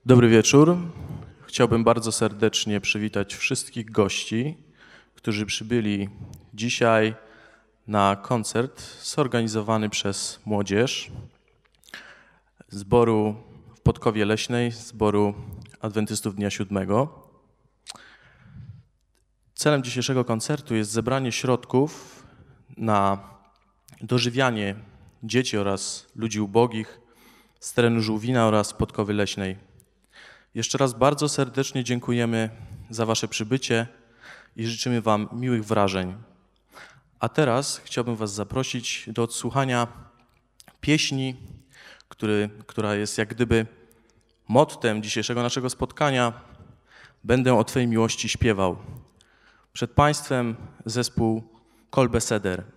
Dobry wieczór. Chciałbym bardzo serdecznie przywitać wszystkich gości, którzy przybyli dzisiaj na koncert zorganizowany przez młodzież zboru w Podkowie Leśnej, zboru Adwentystów Dnia Siódmego. Celem dzisiejszego koncertu jest zebranie środków na dożywianie dzieci oraz ludzi ubogich z terenu Żółwina oraz Podkowy Leśnej. Jeszcze raz bardzo serdecznie dziękujemy za Wasze przybycie i życzymy Wam miłych wrażeń. A teraz chciałbym Was zaprosić do odsłuchania pieśni, która jest jak gdyby mottem dzisiejszego naszego spotkania. Będę o Twojej miłości śpiewał. Przed Państwem zespół Kolbe Seder.